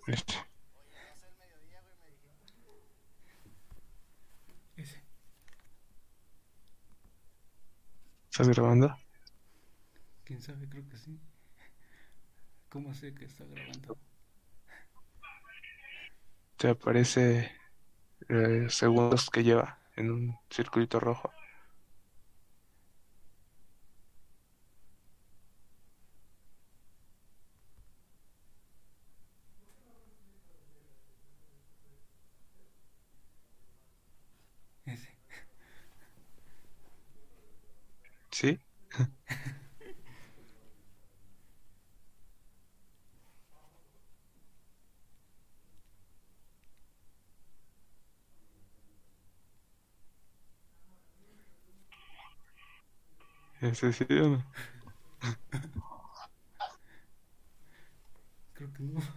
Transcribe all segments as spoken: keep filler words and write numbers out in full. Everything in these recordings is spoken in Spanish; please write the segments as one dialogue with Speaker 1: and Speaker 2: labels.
Speaker 1: Este,
Speaker 2: Ese.
Speaker 1: ¿estás grabando?
Speaker 2: ¿Quién sabe? Creo que sí. ¿Cómo sé que está grabando?
Speaker 1: Te aparece eh, segundos que lleva en un circulito rojo.
Speaker 2: Ese.
Speaker 1: ¿Sí? ¿Ese sí o no?
Speaker 2: Creo que no.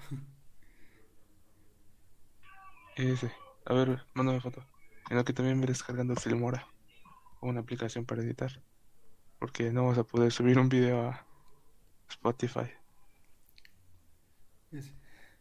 Speaker 1: Ese. A ver, mándame foto. En lo que también me descargando Filmora, una aplicación para editar, porque no vamos a poder subir un video a Spotify.
Speaker 2: Ese.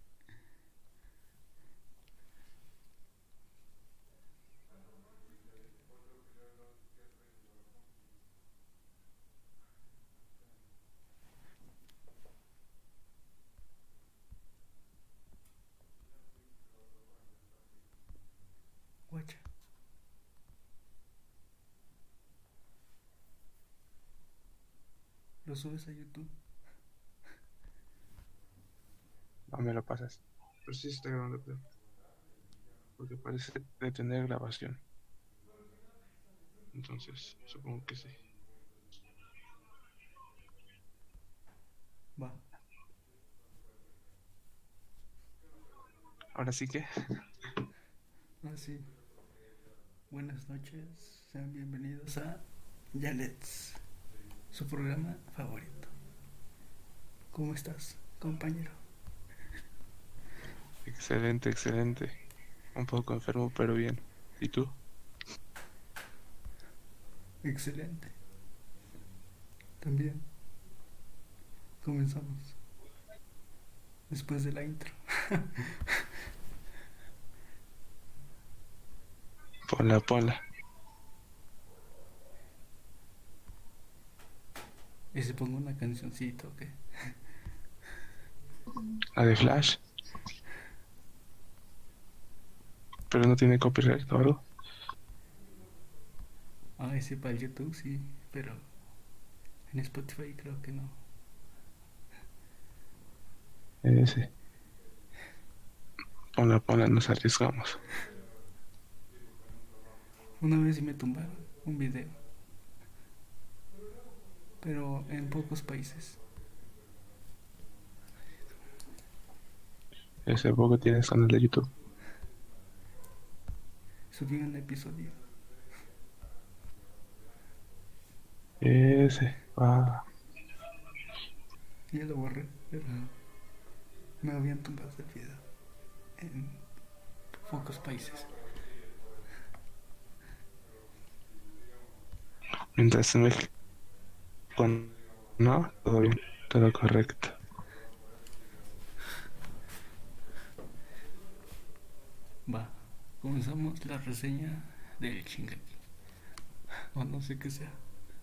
Speaker 2: Guacha. Lo subes a YouTube.
Speaker 1: No me lo pasas. Pero sí se está grabando, creo. Porque parece detener grabación. Entonces, supongo que sí.
Speaker 2: Va.
Speaker 1: Ahora sí que,
Speaker 2: Ah, sí. Buenas noches. Sean bienvenidos a Yalets, su programa favorito. ¿Cómo estás, compañero?
Speaker 1: excelente, excelente. Un poco enfermo, pero bien. ¿Y tú?
Speaker 2: Excelente. También comenzamos después de la intro.
Speaker 1: Ponla, ponla.
Speaker 2: Y se pongo una cancioncita, ¿ok?
Speaker 1: La de Flash, pero no tiene copyright o algo.
Speaker 2: Ah, ese para el YouTube sí, pero en Spotify creo que no.
Speaker 1: Ese. Ponla, ponla, nos arriesgamos.
Speaker 2: Una vez sí me tumbaron un video, pero en pocos países.
Speaker 1: Ese poco tienes canal de YouTube.
Speaker 2: Subí un episodio
Speaker 1: Ese. Ah,
Speaker 2: y ya lo borré, pero me habían tumbado el video en pocos países.
Speaker 1: mientras en México no, todo bien, todo correcto.
Speaker 2: Va, comenzamos la reseña del Shingeki, o no sé qué sea.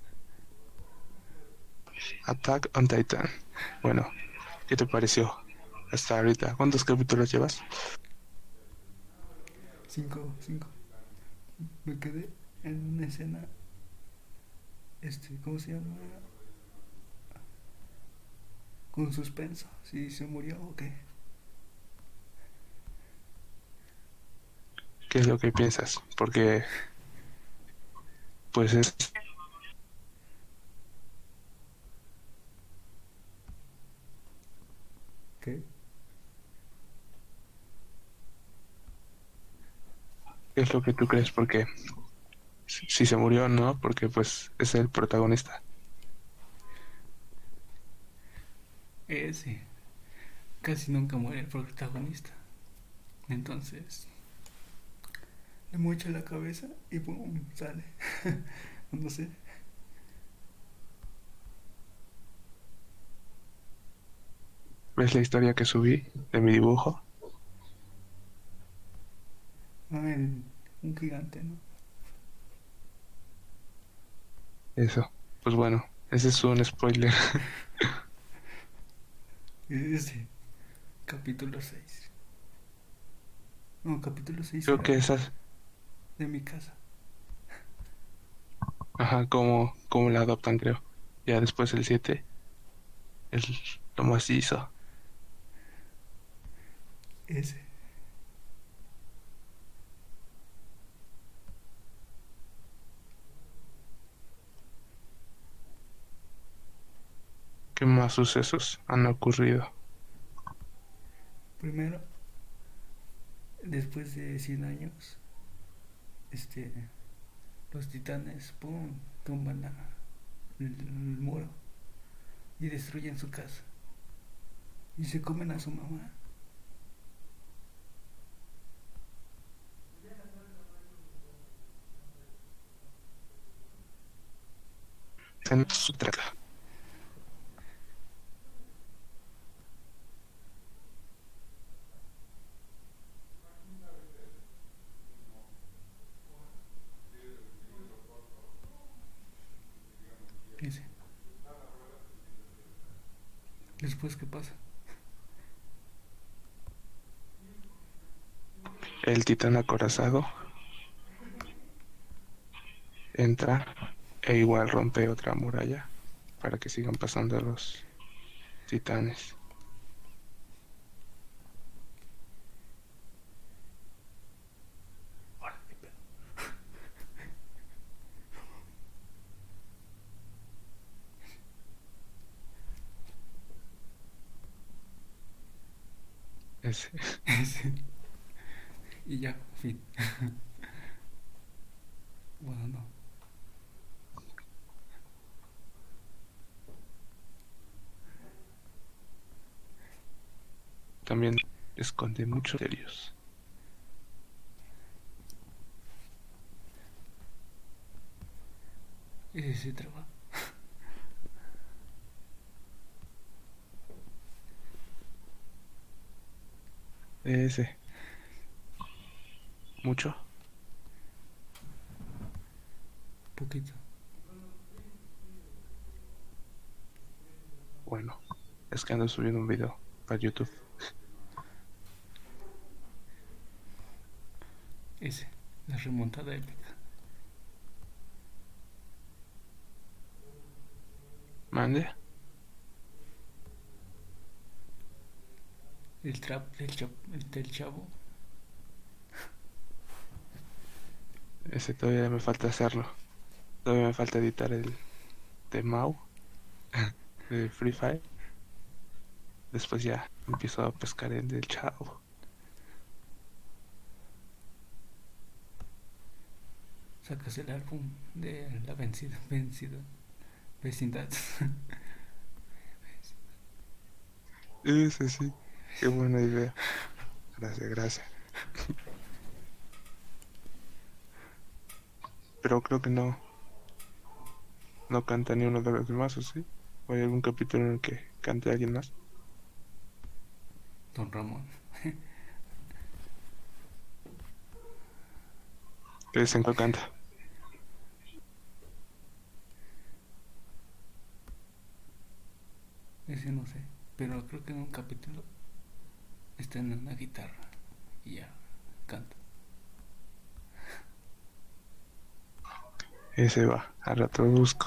Speaker 1: Attack on Titan. Bueno, ¿qué te pareció hasta ahorita? ¿Cuántos capítulos llevas?
Speaker 2: Cinco, cinco. Me quedé en una escena, este, ¿cómo se llama? Con suspenso, si se murió o qué.
Speaker 1: ¿Qué es lo que piensas? Porque, pues es,
Speaker 2: ¿Qué?
Speaker 1: ¿qué es lo que tú crees? Porque si, si se murió o no, porque pues es el protagonista.
Speaker 2: Ese. Casi nunca muere el protagonista. Entonces, le mocha la cabeza y pum, sale. No sé.
Speaker 1: ¿Ves la historia que subí de mi dibujo?
Speaker 2: un gigante, ¿no?
Speaker 1: Eso. Pues bueno, ese es un spoiler.
Speaker 2: Ese, capítulo seis. No, capítulo seis
Speaker 1: Creo que
Speaker 2: era
Speaker 1: esas,
Speaker 2: de mi casa.
Speaker 1: ajá, como, como la adoptan, creo. Ya después el siete es lo macizo.
Speaker 2: Ese.
Speaker 1: ¿Qué más sucesos han ocurrido?
Speaker 2: Primero, después de cien años, este, los titanes, pum, tumban la, el, el muro y destruyen su casa. Y se comen a su mamá.
Speaker 1: En su traca.
Speaker 2: Ese. Después, ¿qué pasa?
Speaker 1: El titán acorazado entra e igual rompe otra muralla para que sigan pasando los titanes.
Speaker 2: Ahora, ¿qué pedo?
Speaker 1: Ese.
Speaker 2: Ese. Y ya, fin. Bueno, no.
Speaker 1: También esconde muchos misterios.
Speaker 2: Ese trabajo.
Speaker 1: Ese. Mucho.
Speaker 2: Poquito.
Speaker 1: Bueno, es que ando subiendo un video para YouTube.
Speaker 2: Ese. La remontada épica.
Speaker 1: Mande.
Speaker 2: El trap del chavo. El del chavo.
Speaker 1: Ese todavía me falta hacerlo. Todavía me falta editar el de Mau, de Free Fire. Después ya empiezo a pescar el del Chavo.
Speaker 2: Sacas el álbum de la vencida. Vencida. Vecindad.
Speaker 1: Ese sí. Qué buena idea. Gracias, gracias. Pero creo que no, no canta ni uno de los demás, ¿o sí? ¿O hay algún capítulo en el que cante alguien más?
Speaker 2: Don Ramón.
Speaker 1: ¿Qué dicen cuál canta?
Speaker 2: Ese no sé. Pero creo que en un capítulo está en una guitarra. Y ya. Canta.
Speaker 1: Ese va, al rato lo busco.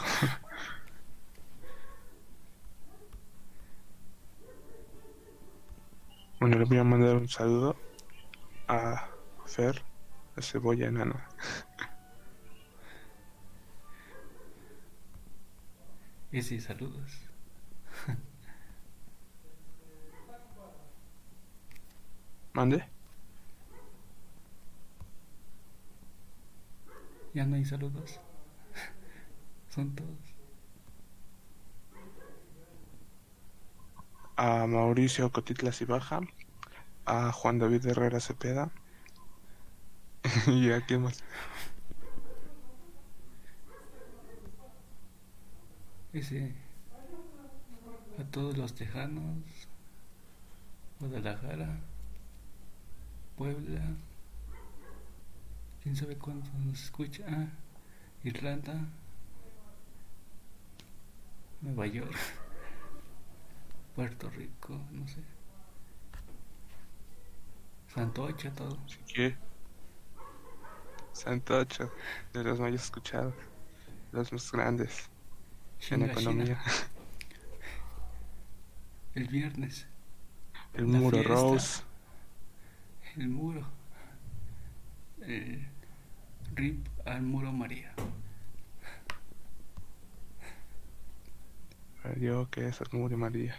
Speaker 1: Bueno, le voy a mandar un saludo a Fer, a Cebolla Enana.
Speaker 2: Ese, saludos.
Speaker 1: ¿Mande?
Speaker 2: Ya no hay saludos. Son todos.
Speaker 1: A Mauricio Cotitlas y Baja, a Juan David Herrera Cepeda y a quién más.
Speaker 2: Ese. A todos los tejanos. Guadalajara. Puebla. quién sabe cuánto nos escucha. Ah, Irlanda, Nueva York, Puerto Rico, no sé, Santocha, todo.
Speaker 1: Si quiere, Santocho, de los más escuchados, los más grandes en
Speaker 2: Chinga China,
Speaker 1: economía.
Speaker 2: el viernes,
Speaker 1: El
Speaker 2: la
Speaker 1: Muro
Speaker 2: fiesta,
Speaker 1: Rose.
Speaker 2: el muro, el rip al muro María.
Speaker 1: Yo que es el Muro María.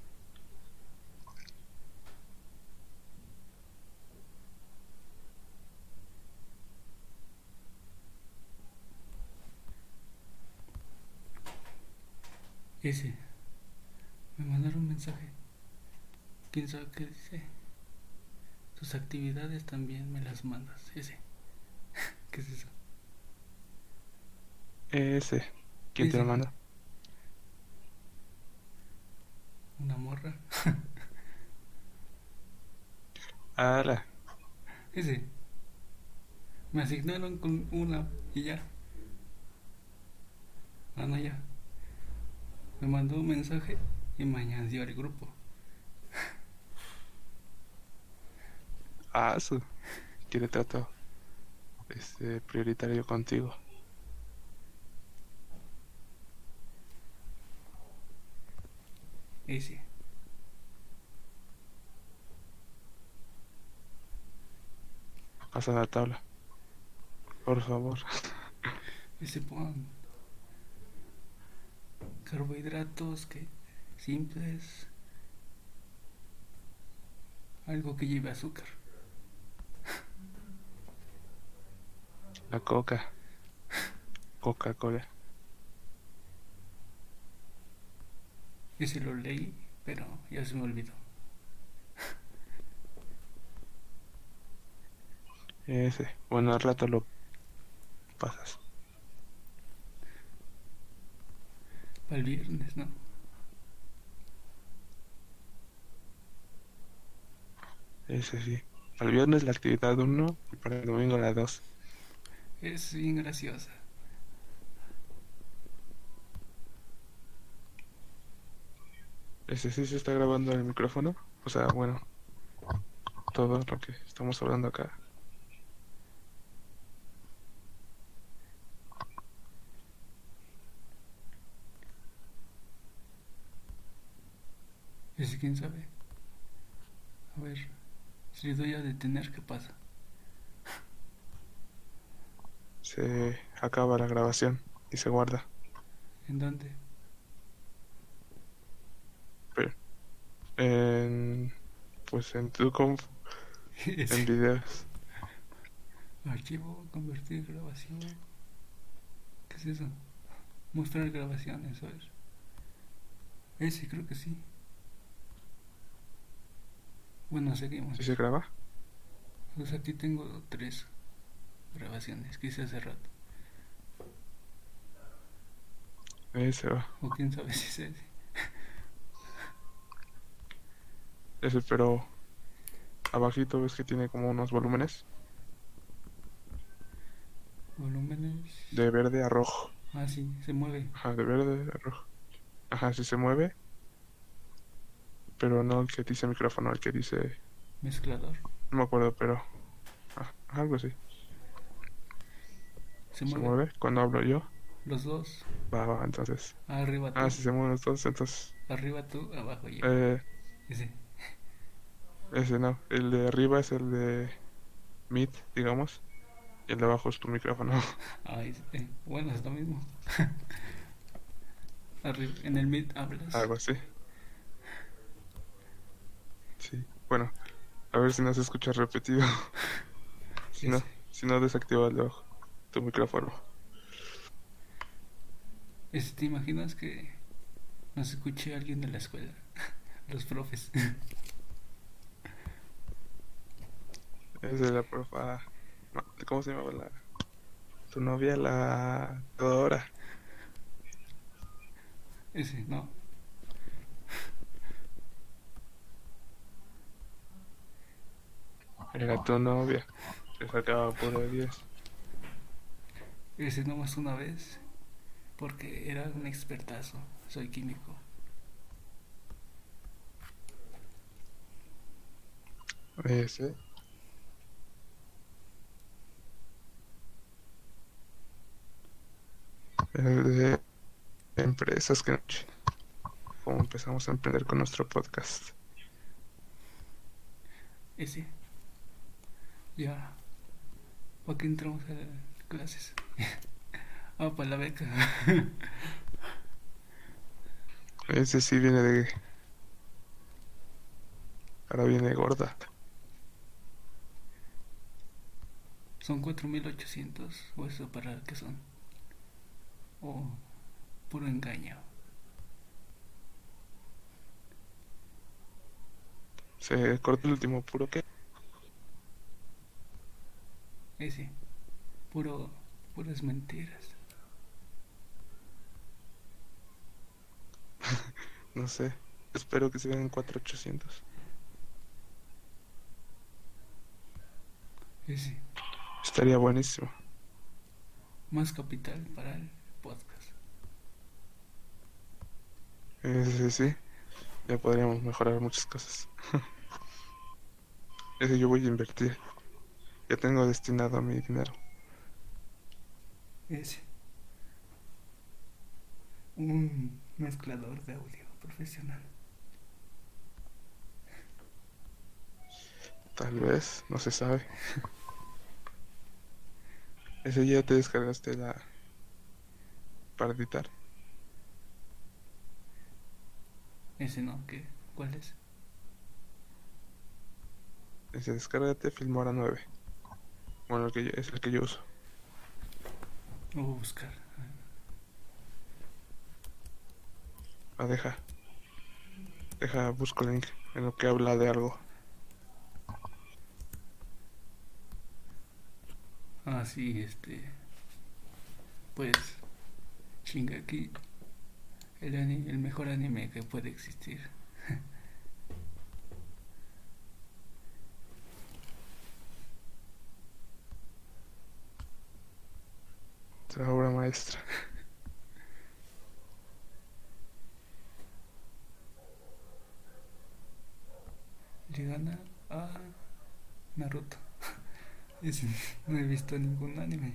Speaker 2: Ese, me mandaron un mensaje. ¿Quién sabe qué dice? Tus actividades también me las mandas. Ese, ¿qué es eso?
Speaker 1: Ese. ¿Quién te lo
Speaker 2: Ese,
Speaker 1: manda?
Speaker 2: una morra.
Speaker 1: Ala.
Speaker 2: Ese, me asignaron con una y ya. Ah, no, ya. Me mandó un mensaje y me añadió al grupo.
Speaker 1: Ah, su. Quiere trato este prioritario contigo.
Speaker 2: Ese,
Speaker 1: Pasa la tabla, por favor.
Speaker 2: ese pon carbohidratos que simples, algo que lleve azúcar.
Speaker 1: La coca. Coca-Cola.
Speaker 2: Ese lo leí, pero ya se me olvidó.
Speaker 1: Ese. Bueno, al rato lo pasas.
Speaker 2: Para el viernes, ¿no?
Speaker 1: Ese sí. Al viernes la actividad uno y para el domingo la dos.
Speaker 2: Es bien graciosa.
Speaker 1: Ese sí se está grabando en el micrófono. O sea, bueno, todo lo que estamos hablando acá.
Speaker 2: Ese quién sabe. A ver, si le doy a detener, ¿qué pasa?
Speaker 1: Se acaba la grabación y se guarda.
Speaker 2: ¿En dónde?
Speaker 1: Pero en, pues en tu conf, en
Speaker 2: Ese.
Speaker 1: videos.
Speaker 2: Archivo, convertir grabación. ¿Qué es eso? Mostrar grabaciones, a ver. Ese creo que sí. Bueno, seguimos.
Speaker 1: ¿Sí se graba?
Speaker 2: Pues aquí tengo tres grabaciones que hice hace rato.
Speaker 1: Ese va.
Speaker 2: O quién sabe si es ese.
Speaker 1: Ese, pero abajito ves que tiene como unos volúmenes
Speaker 2: Volúmenes.
Speaker 1: de verde a rojo.
Speaker 2: Ah, sí, se mueve.
Speaker 1: Ajá, de verde a rojo. Ajá, sí se mueve, pero no el que dice micrófono, el que dice,
Speaker 2: Mezclador.
Speaker 1: no me acuerdo, pero ah, algo así.
Speaker 2: Se
Speaker 1: Se
Speaker 2: mueve.
Speaker 1: mueve cuando hablo yo.
Speaker 2: Los dos.
Speaker 1: Va, va, entonces.
Speaker 2: Arriba
Speaker 1: Ah,
Speaker 2: tú.
Speaker 1: sí se mueven los dos, entonces.
Speaker 2: Arriba tú, abajo yo.
Speaker 1: Eh,
Speaker 2: Ese.
Speaker 1: ese no. El de arriba es el de Meet, digamos. Y el de abajo es tu micrófono.
Speaker 2: Ah, este. Bueno, es lo mismo. Arriba. En el mid hablas.
Speaker 1: Algo así. Sí. Bueno, a ver si no se escucha repetido. Si
Speaker 2: Ese.
Speaker 1: no, si no desactiva el de abajo, tu micrófono.
Speaker 2: Ese, ¿te imaginas que nos escuche alguien de la escuela? Los profes.
Speaker 1: Es de la profa. No, ¿cómo se llama la? Tu novia, la Teodora.
Speaker 2: Ese, no.
Speaker 1: Era tu novia. Te sacaba puro de diez.
Speaker 2: Ese nomás una vez, porque era un expertazo. Soy químico.
Speaker 1: Ese. El de empresas que como empezamos a emprender con nuestro podcast.
Speaker 2: Ese. Ya. ¿Para qué entramos a clases? Ah, para la beca.
Speaker 1: Ese sí viene de... Ahora viene gorda.
Speaker 2: Son cuatro mil ochocientos. ¿O eso para qué son? O puro engaño.
Speaker 1: Se corta el último puro que...
Speaker 2: Ese. Puro. Puras mentiras.
Speaker 1: No sé. Espero que se vean cuatro mil ochocientos.
Speaker 2: Ese.
Speaker 1: Estaría buenísimo.
Speaker 2: Más capital para el podcast.
Speaker 1: Ese sí. Ya podríamos mejorar muchas cosas. Ese yo voy a invertir. Ya tengo destinado mi dinero.
Speaker 2: Ese. Un mezclador de audio profesional.
Speaker 1: Tal vez, no se sabe. Ese ya te descargaste la... para editar.
Speaker 2: Ese no, ¿qué? ¿Cuál es?
Speaker 1: Ese descárgate Filmora nueve. Bueno, el que yo- es el que yo uso.
Speaker 2: Lo voy a buscar.
Speaker 1: Ah, deja. Deja, busco el link en lo que habla de algo.
Speaker 2: Ah, sí, este. Pues. Shingeki. El, ani- el mejor anime que puede existir.
Speaker 1: Otra obra maestra.
Speaker 2: Le gana a Naruto. Ese, no he visto ningún anime.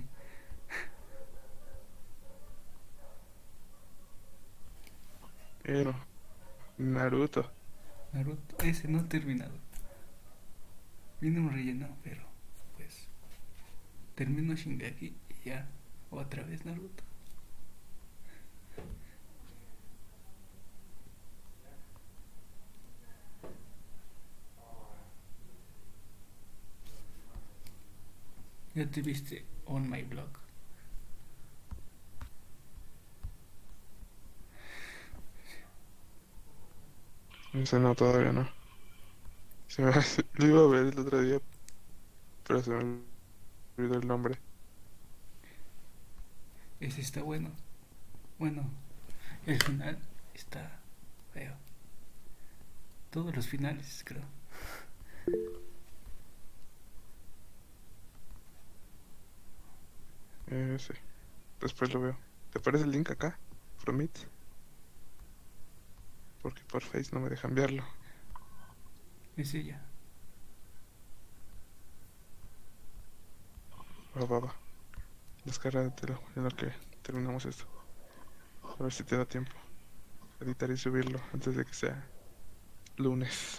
Speaker 1: Pero, Naruto.
Speaker 2: Naruto, ese no ha terminado. Viene un relleno, pero pues termino Shingeki y ya. Otra vez Naruto. Ya te viste On My Blog.
Speaker 1: Ese no, todavía no. Se me... Lo iba a ver el otro día, pero se me olvidó el nombre.
Speaker 2: Ese está bueno. Bueno, el final está feo. Todos los finales, creo.
Speaker 1: Ese. Después lo veo. ¿Te aparece el link acá? From it. Porque por Face no me deja enviarlo.
Speaker 2: Es ella.
Speaker 1: Va, va, va. Descárgatelo en lo que terminamos esto. A ver si te da tiempo. Editar y subirlo antes de que sea lunes.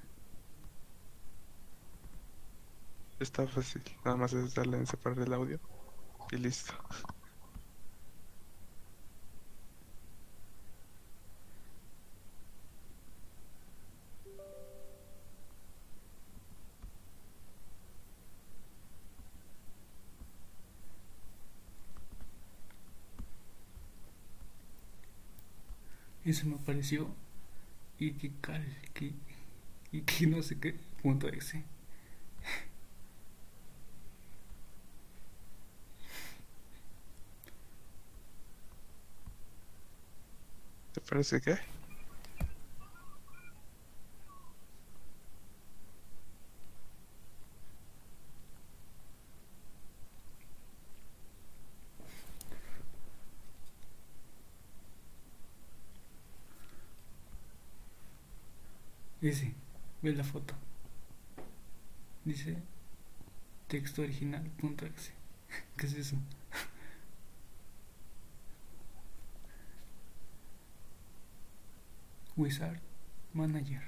Speaker 1: Está fácil. Nada más es darle en separar el audio y listo.
Speaker 2: Ese me pareció Ikikai. Que, y que no sé qué punto ese.
Speaker 1: ¿Te parece que?
Speaker 2: Ese, ve la foto. Dice texto original punto exe. ¿Qué es eso? Wizard Manager.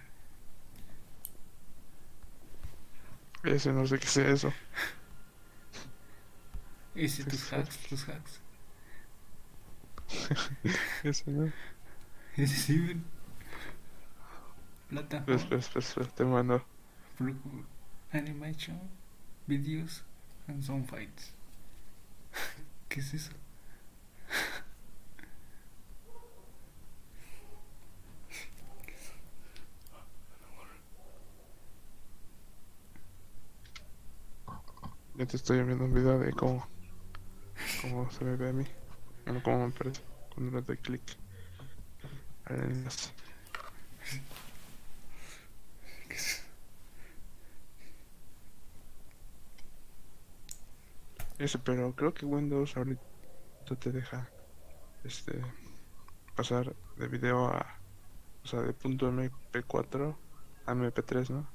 Speaker 1: Ese no sé qué sea eso.
Speaker 2: Ese, tus
Speaker 1: Texto
Speaker 2: hacks,
Speaker 1: original.
Speaker 2: tus hacks.
Speaker 1: Ese no.
Speaker 2: Ese sí,
Speaker 1: Espera,
Speaker 2: plataforma.
Speaker 1: espera, espera, espera, te mando.
Speaker 2: Procure animation, videos and sound fights. ¿Qué es eso?
Speaker 1: Ya te estoy enviando un video de cómo, cómo se me ve a mí. Bueno, cómo me parece cuando le doy clic al enlace.
Speaker 2: ¿Qué es?
Speaker 1: Ese, pero creo que Windows ahorita te deja este pasar de video a, o sea, de punto M P cuatro a M P tres, ¿no?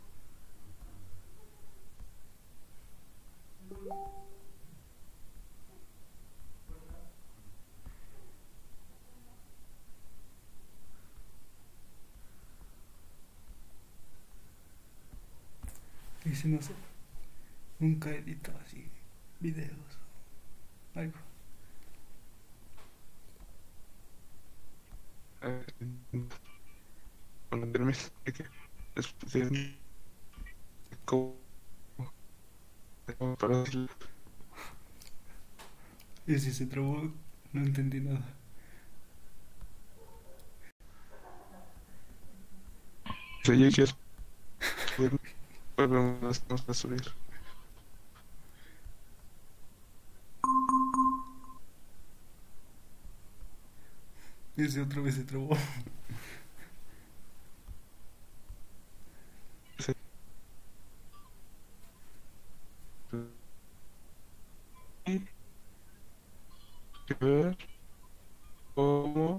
Speaker 2: Ese no sé. Nunca edito así videos. Algo.
Speaker 1: Eh, Bueno, terminé que después de cómo cómo para decirlo,
Speaker 2: Ese se trabó. No entendí nada.
Speaker 1: si ya quieres subir, pues vamos a subir.
Speaker 2: Ese otra vez se trabó.
Speaker 1: Sí, que ver cómo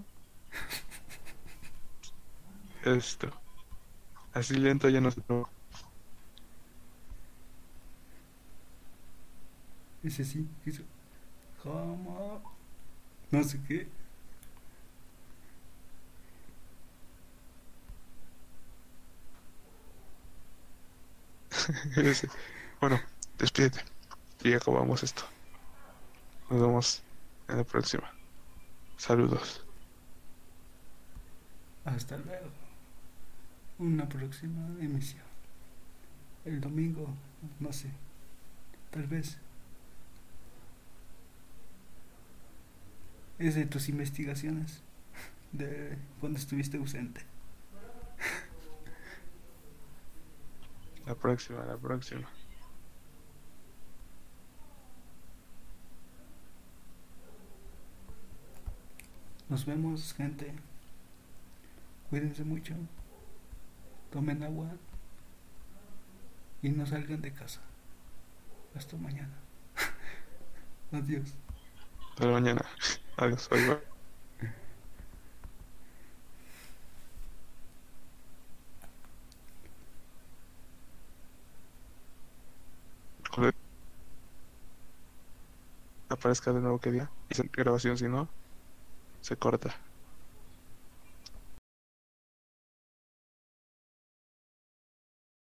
Speaker 1: esto. Así lento ya no se traba.
Speaker 2: Ese sí. Hizo. Jamás. No sé qué.
Speaker 1: Ese. Bueno, despídete. Y acabamos esto. Nos vemos en la próxima. Saludos.
Speaker 2: Hasta luego. Una próxima emisión. El domingo. No sé. Tal vez. Es de tus investigaciones. De cuando estuviste ausente.
Speaker 1: La próxima, la próxima.
Speaker 2: Nos vemos, gente. Cuídense mucho. Tomen agua. Y no salgan de casa. Hasta mañana. Adiós.
Speaker 1: Hasta mañana. Adiós. Bye, bye. Aparezca de nuevo que día. Y grabación, si no, se corta.